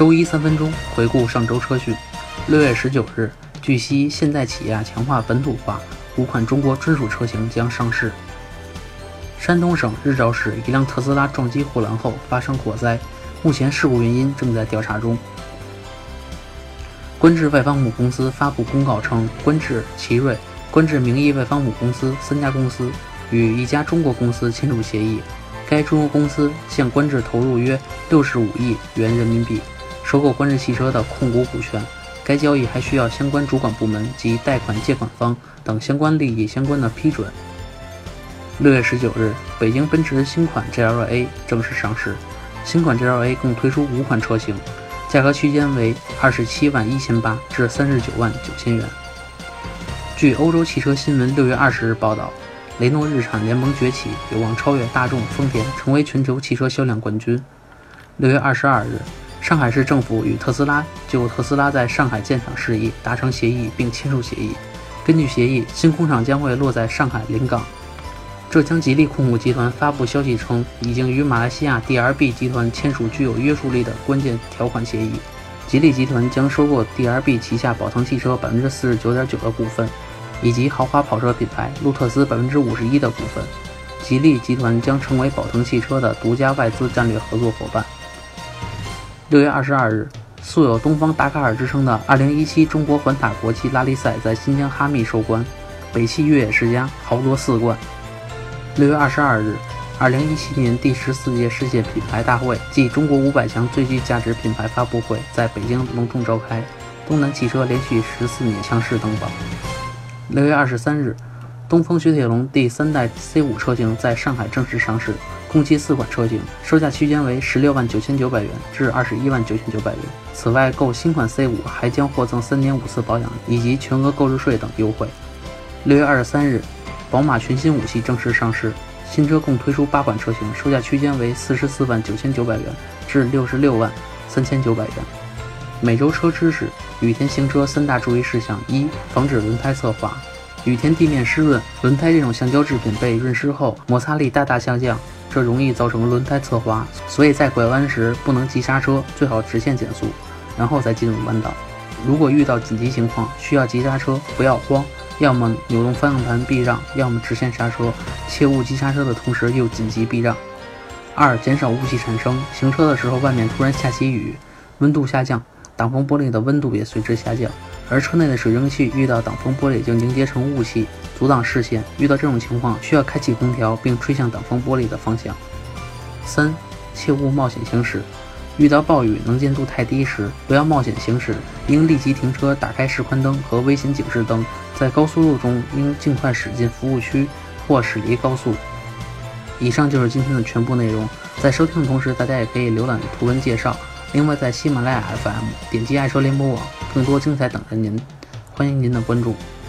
周一3分钟回顾上周车讯。6月19日，据悉，现代起亚强化本土化，5款中国专属车型将上市。山东省日照市一辆特斯拉撞击护栏后发生火灾，目前事故原因正在调查中。观致外方母公司发布公告称，观致、奇瑞、观致名义外方母公司3家公司与一家中国公司签署协议，该中国公司向观致投入约65亿元人民币，收购观致汽车的控股股权。该交易还需要相关主管部门及贷款借款方等相关利益相关的批准。6月19日，北京奔驰新款 GLA 正式上市。新款 GLA 共推出5款车型，价格区间为271800至399000元。据欧洲汽车新闻6月20日报道，雷诺日产联盟崛起，有望超越大众、丰田，成为全球汽车销量冠军。6月22日，上海市政府与特斯拉就特斯拉在上海建厂事宜达成协议并签署协议。根据协议，新工厂将会落在上海临港。浙江吉利控股集团发布消息称，已经与马来西亚 DRB 集团签署具有约束力的关键条款协议。吉利集团将收购 DRB 旗下宝腾汽车 49.9% 的股份，以及豪华跑车品牌路特斯 51% 的股份。吉利集团将成为宝腾汽车的独家外资战略合作伙伴。6月22日，素有东方达喀尔之称的2017中国环塔国际拉力赛在新疆哈密收官，北汽越野世家豪夺4冠。6月22日，2017年第14届世界品牌大会暨中国500强最具价值品牌发布会在北京隆重召开，东南汽车连续14年强势登榜。6月23日，东风雪铁龙第3代 C5 车型在上海正式上市，共计4款车型，售价区间为169900元至219900元。此外，购新款 C5 还将获赠3年5次保养以及全额购置税等优惠。6月23日，宝马全新5系正式上市，新车共推出8款车型，售价区间为449900元至663900元。每周车知识：雨天行车3大注意事项：1、防止轮胎侧滑。雨天地面湿润，轮胎这种橡胶制品被润湿后，摩擦力大大下降，这容易造成轮胎侧滑，所以在拐弯时不能急刹车，最好直线减速，然后再进入弯道。如果遇到紧急情况需要急刹车，不要慌，要么扭动方向盘避让，要么直线刹车，切勿急刹车的同时又紧急避让。2、减少雾气产生，行车的时候外面突然下起雨，温度下降，挡风玻璃的温度也随之下降，而车内的水蒸气遇到挡风玻璃就凝结成雾气，阻挡视线。遇到这种情况，需要开启空调并吹向挡风玻璃的方向。3、切勿冒险行驶。遇到暴雨能见度太低时，不要冒险行驶，应立即停车，打开示宽灯和危险警示灯。在高速路中，应尽快驶进服务区或驶离高速。以上就是今天的全部内容。在收听的同时，大家也可以浏览图文介绍。另外，在喜马拉雅 FM 点击爱车联播网，更多精彩等着您，欢迎您的关注。